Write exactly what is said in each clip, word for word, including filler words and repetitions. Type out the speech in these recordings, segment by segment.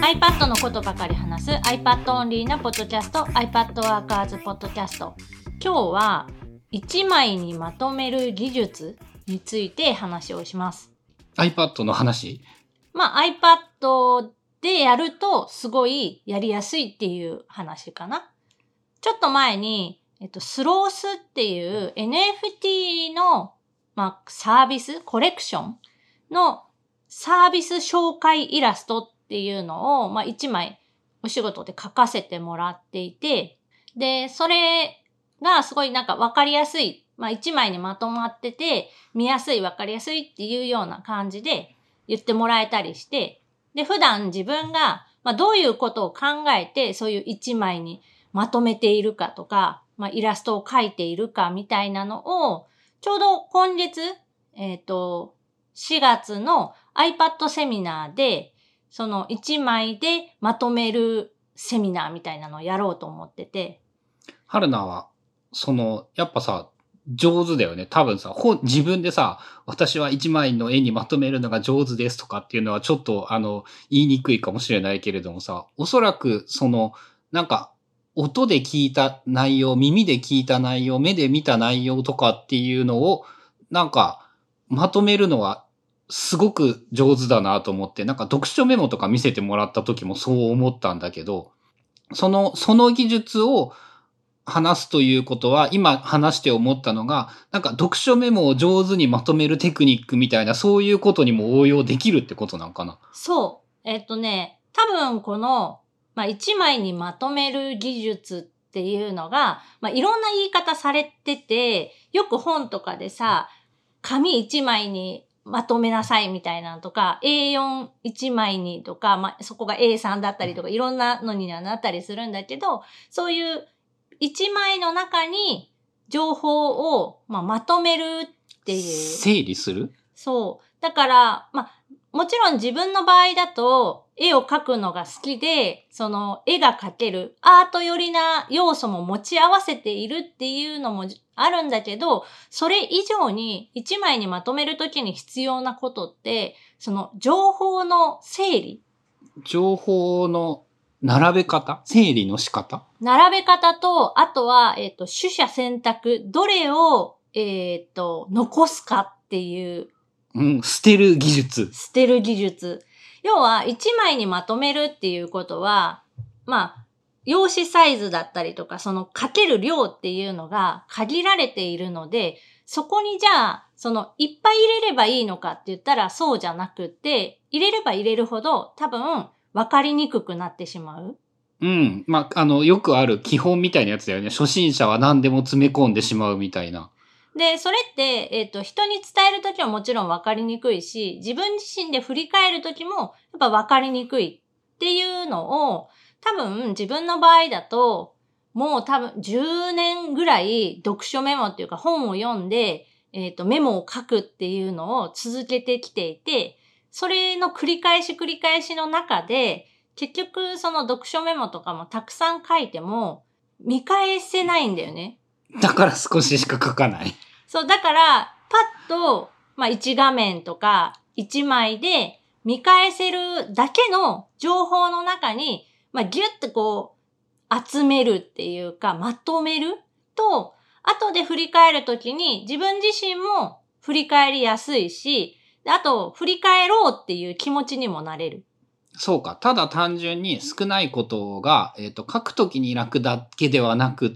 iPad のことばかり話す iPad オンリーなポッドキャスト iPad Workers ポッドキャスト。今日はいちまいにまとめる技術について話をします。 iPad の話？ まあ iPad でやるとすごいやりやすいっていう話かな。ちょっと前に、えっと、スロースっていう エヌエフティー の、まあ、サービス、コレクションのサービス紹介イラストっていうのを、まあ、いちまいお仕事で描かせてもらっていて、で、それがすごいなんかわかりやすい、まあ、いちまいにまとまってて、見やすい、わかりやすいっていうような感じで言ってもらえたりして、で、普段自分が、まあ、どういうことを考えて、そういういちまいにまとめているかとか、まあ、イラストを描いているかみたいなのを、ちょうど今月、えっと、しがつの iPad セミナーで、そのいちまいでまとめるセミナーみたいなのをやろうと思ってて。 春菜は、その、やっぱさ、上手だよね。多分さ、本、自分でさ、私はいちまいの絵にまとめるのが上手ですとかっていうのはちょっと、あの、言いにくいかもしれないけれどもさ、おそらく、その、なんか、音で聞いた内容、耳で聞いた内容、目で見た内容とかっていうのを、なんか、まとめるのは、すごく上手だなと思って、なんか読書メモとか見せてもらった時もそう思ったんだけど、その、その技術を話すということは、今話して思ったのが、なんか読書メモを上手にまとめるテクニックみたいな、そういうことにも応用できるってことなんかな。 そう。えっとね、多分この、まあ、いちまいにまとめる技術っていうのが、まあ、いろんな言い方されてて、よく本とかでさ、紙いちまいにまとめなさいみたいなのとか、エーよんいちまいにとか、まあ、そこが エースリー だったりとか、いろんなのにはなったりするんだけど、そういういちまいの中に情報を、まあ、まとめるっていう。 整理する？ そう。だから、まあ、もちろん自分の場合だと、絵を描くのが好きで、その絵が描ける、アート寄りな要素も持ち合わせているっていうのもあるんだけど、それ以上に一枚にまとめるときに必要なことって、その情報の整理。 情報の並べ方？整理の仕方？ 並べ方と、あとは、えっと、取捨選択、どれを、えっと、残すかっていう、 うん、捨てる技術。 捨てる技術。要は、一枚にまとめるっていうことは、まあ、用紙サイズだったりとか、そのかける量っていうのが限られているので、そこにじゃあ、そのいっぱい入れればいいのかって言ったらそうじゃなくて、入れれば入れるほど多分分かりにくくなってしまう。 うん。まあ、あの、よくある基本みたいなやつだよね。初心者は何でも詰め込んでしまうみたいな。 で、それって、えっと、人に伝えるときはもちろん分かりにくいし、自分自身で振り返るときも、やっぱ分かりにくいっていうのを、多分自分の場合だと、もう多分じゅうねんぐらい読書メモっていうか本を読んで、えっと、メモを書くっていうのを続けてきていて、それの繰り返し繰り返しの中で、結局その読書メモとかもたくさん書いても、見返せないんだよね。 だから少ししか書かない。 そう、だから、パッと、まあ、いち画面とかいちまいで見返せるだけの情報の中に、まあ、ギュッとこう、集めるっていうか、まとめると、後で振り返るときに自分自身も振り返りやすいし、あと、振り返ろうっていう気持ちにもなれる。 そうか。ただ単純に少ないことが、えっと、書くときに楽だけではなくって、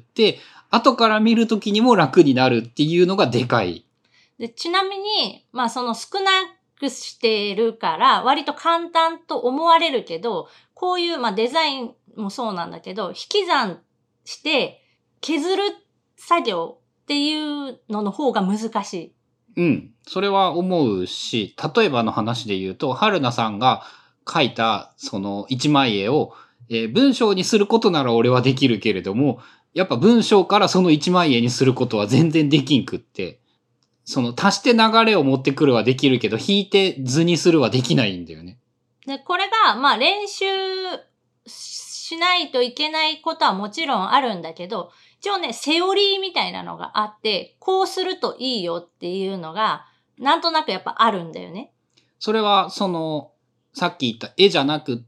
後から見るときにも楽になるっていうのがでかい。 で、ちなみに、まあその少なくしてるから、割と簡単と思われるけど、こういう、まあデザインもそうなんだけど、引き算して削る作業っていうのの方が難しい。 うん。それは思うし、例えばの話で言うと、春菜さんが書いた、その一枚絵を、えー文章にすることなら俺はできるけれども、やっぱ文章からその一枚絵にすることは全然できんくって、その足して流れを持ってくるはできるけど、引いて図にするはできないんだよね。 で、これが、まあ練習しないといけないことはもちろんあるんだけど、一応ね、セオリーみたいなのがあって、こうするといいよっていうのが、なんとなくやっぱあるんだよね。 それは、その、さっき言った絵じゃなくって、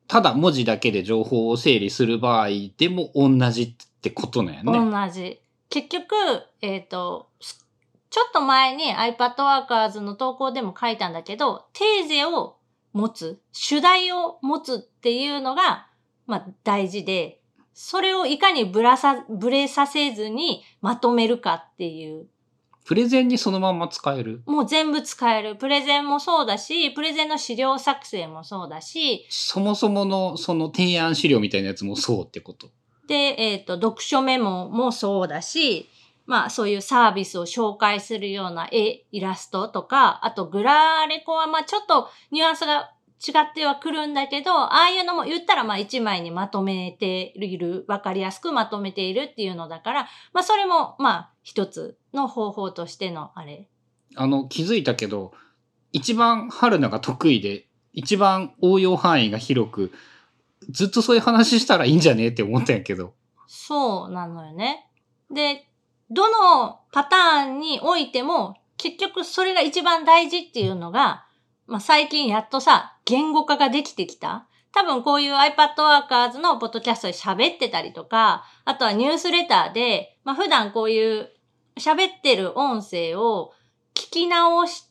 ただ文字だけで情報を整理する場合でも同じってことなんやね。 同じ。結局、えっと、ちょっと前に iPadWorkers の投稿でも書いたんだけど、テーゼを持つ、主題を持つっていうのが、まあ大事で、それをいかにぶらさ、ぶれさせずにまとめるかっていう。 プレゼンにそのまま使える？ もう全部使える。プレゼンもそうだし、プレゼンの資料作成もそうだし、 そもそものその提案資料みたいなやつもそうってこと？ で、えっと、読書メモもそうだし、まあそういうサービスを紹介するような絵、イラストとか、あとグラレコはまあちょっとニュアンスが違ってはくるんだけど、ああいうのも言ったらまあ一枚にまとめている、わかりやすくまとめているっていうのだから、まあそれもまあ一つの方法としてのあれ。 あの、気づいたけど、一番春菜が得意で、一番応用範囲が広く、ずっとそういう話したらいいんじゃねえって思ったんやけど。 そうなのよね。で、どのパターンにおいても、結局それが一番大事っていうのが、まあ、最近やっとさ、言語化ができてきた。多分こういう iPadWorkers のポッドキャストで喋ってたりとか、あとはニュースレターで、まあ、普段こういう喋ってる音声を聞き直して、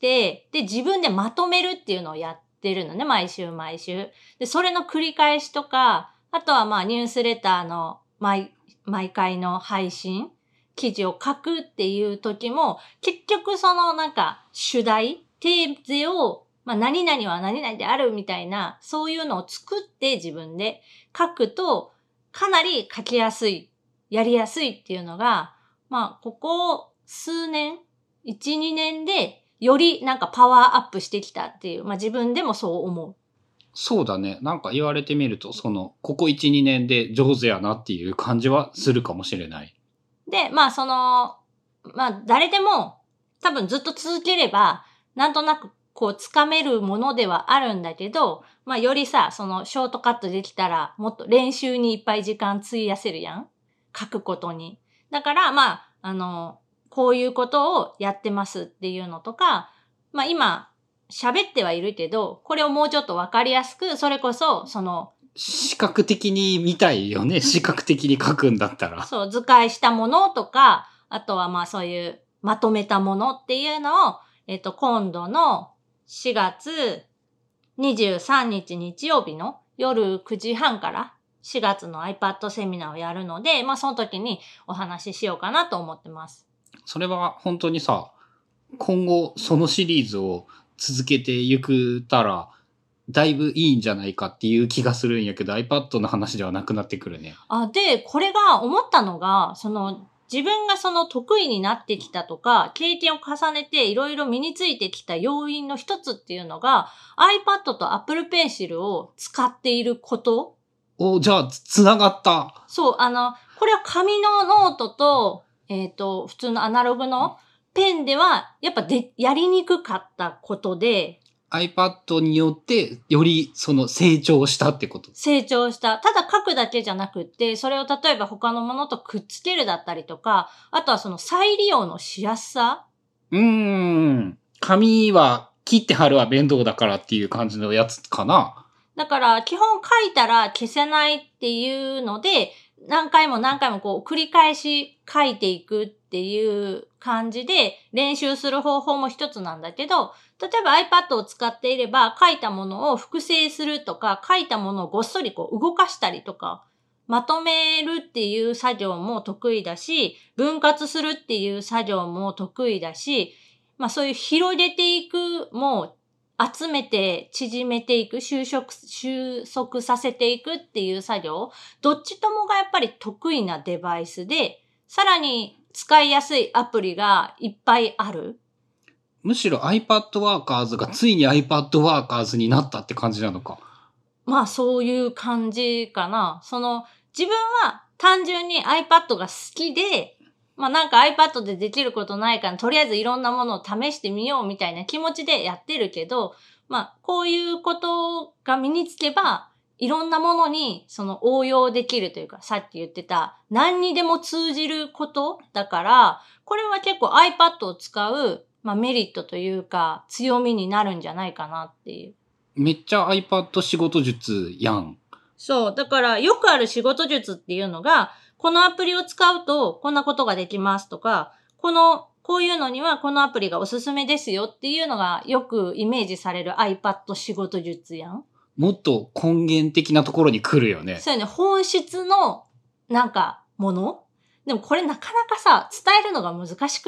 で、自分でまとめるっていうのをやってるのね、毎週毎週。で、それの繰り返しとか、あとはまあニュースレターの毎、毎回の配信、記事を書くっていう時も、結局そのなんか主題、テーゼを、まあ何々は何々であるみたいな、そういうのを作って自分で書くと、かなり書きやすい、やりやすいっていうのが、まあここ数年、いち、にねんでよりなんかパワーアップしてきたっていう、まあ自分でもそう思う。 そうだね。なんか言われてみると、その、ここいち、にねんで上手やなっていう感じはするかもしれない。 で、まあその、まあ誰でも多分ずっと続ければ、なんとなくこうつかめるものではあるんだけど、まあよりさ、そのショートカットできたらもっと練習にいっぱい時間費やせるやん。書くことに。だからまあ、あの、こういうことをやってますっていうのとか、まあ今喋ってはいるけど、これをもうちょっとわかりやすく、それこそその、 視覚的に見たいよね。視覚的に書くんだったら。 そう、図解したものとか、あとはまあそういうまとめたものっていうのを、えっと、今度のしがつにじゅうさんにち日曜日の夜くじはんからしがつの iPad セミナーをやるので、まあその時にお話ししようかなと思ってます。 それは本当にさ、今後そのシリーズを続けていくたら、だいぶいいんじゃないかっていう気がするんやけど、iPad の話ではなくなってくるね。 あ、で、これが思ったのが、その、自分がその得意になってきたとか、経験を重ねていろいろ身についてきた要因の一つっていうのが、iPad と Apple Pencil を使っていること。 お、じゃあ、つながった。 そう、あの、これは紙のノートと、えっと、普通のアナログのペンでは、やっぱで、やりにくかったことで、 iPad によってよりその成長したってこと。 成長した。ただ書くだけじゃなくって、それを例えば他のものとくっつけるだったりとか、あとはその再利用のしやすさ。 うーん。紙は切って貼るは面倒だからっていう感じのやつかな。 だから基本書いたら消せないっていうので、何回も何回もこう繰り返し書いていくっていう感じで練習する方法も一つなんだけど、例えば iPad を使っていれば書いたものを複製するとか、書いたものをごっそりこう動かしたりとか、まとめるっていう作業も得意だし、分割するっていう作業も得意だし、まあそういう広げていくも集めて縮めていく、収束、収束させていくっていう作業、どっちともがやっぱり得意なデバイスで、さらに使いやすいアプリがいっぱいある。 むしろ iPad Workers がついに iPad Workers になったって感じなのか。 まあそういう感じかな。その自分は単純に iPad が好きで、まあなんか iPad でできることないから、とりあえずいろんなものを試してみようみたいな気持ちでやってるけど、まあこういうことが身につけば、いろんなものにその応用できるというか、さっき言ってた何にでも通じることだから、これは結構 iPad を使う、まあメリットというか強みになるんじゃないかなっていう。 めっちゃ iPad 仕事術やん。 そう。だからよくある仕事術っていうのが、このアプリを使うとこんなことができますとか、この、こういうのにはこのアプリがおすすめですよっていうのがよくイメージされる iPad 仕事術やん。 もっと根源的なところに来るよね。 そうよね。本質のなんかものでもこれなかなかさ、伝えるのが難しくって。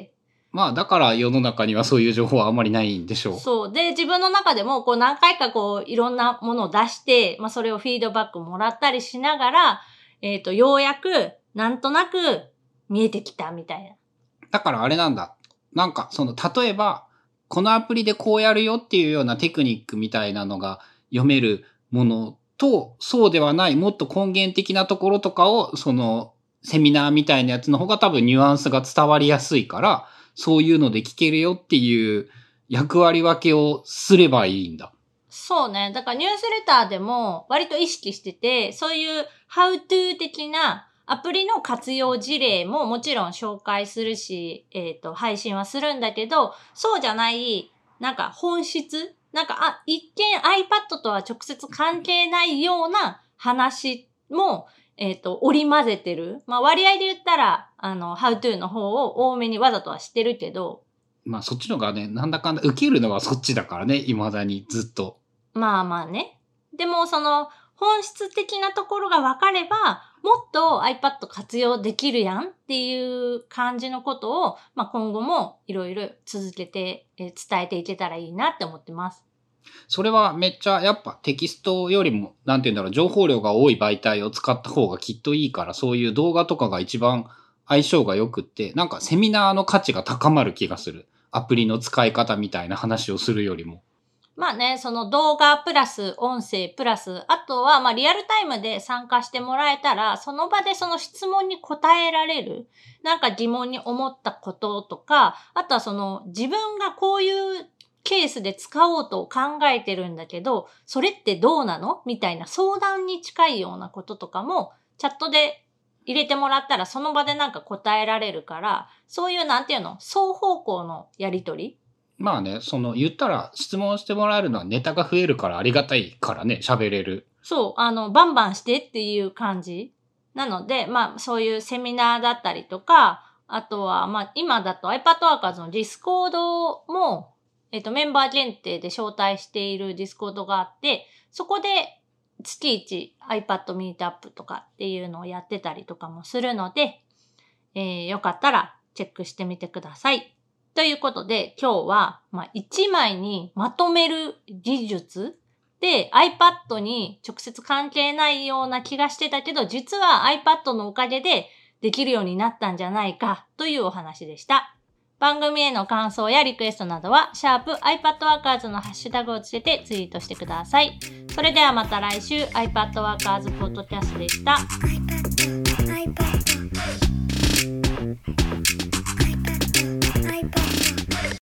まあだから世の中にはそういう情報はあんまりないんでしょう。 そう。で、自分の中でもこう何回かこういろんなものを出して、まあそれをフィードバックもらったりしながら、えっと、ようやくなんとなく見えてきたみたいな。 だからあれなんだ。なんかその例えば、このアプリでこうやるよっていうようなテクニックみたいなのが読めるものと、そうではないもっと根源的なところとかを、そのセミナーみたいなやつの方が多分ニュアンスが伝わりやすいから、そういうので聞けるよっていう役割分けをすればいいんだ。 そうね。だからニュースレターでも割と意識してて、そういう How to 的なアプリの活用事例ももちろん紹介するし、えっと、配信はするんだけど、そうじゃない、なんか本質なんか、あ、一見 iPad とは直接関係ないような話も、えっと、織り混ぜてる。まあ割合で言ったら、あの、How to の方を多めにわざとはしてるけど。 まあそっちのがね、なんだかんだ受けるのはそっちだからね、未だにずっと。 まあまあね。でもその、本質的なところが分かれば、もっと iPad 活用できるやんっていう感じのことを、まあ今後もいろいろ続けて、えー、伝えていけたらいいなって思ってます。 それはめっちゃやっぱテキストよりも、なんて言うんだろう、情報量が多い媒体を使った方がきっといいから、そういう動画とかが一番相性が良くって、なんかセミナーの価値が高まる気がする。アプリの使い方みたいな話をするよりも。 まあね、その動画プラス音声プラス、あとはまあリアルタイムで参加してもらえたら、その場でその質問に答えられる。なんか疑問に思ったこととか、あとはその自分がこういうケースで使おうと考えてるんだけど、それってどうなのみたいな相談に近いようなこととかも、チャットで入れてもらったらその場でなんか答えられるから、そういうなんていうの、双方向のやりとり。 まあね、その言ったら質問してもらえるのはネタが増えるからありがたいからね、喋れる。 そう、あの、バンバンしてっていう感じ。なので、まあ、そういうセミナーだったりとか、あとは、まあ、今だと iPadWorkers の Discord も、えっと、メンバー限定で招待している Discord があって、そこで月いち iPad ミートアップとかっていうのをやってたりとかもするので、えー、よかったらチェックしてみてください。ということで、今日は、まあ、いちまいにまとめる技術で iPad に直接関係ないような気がしてたけど、実は iPad のおかげでできるようになったんじゃないかというお話でした。番組への感想やリクエストなどは、シャープ iPadWorkers のハッシュタグをつけてツイートしてください。それではまた来週、iPadWorkers ポッドキャストでした。iPad, iPad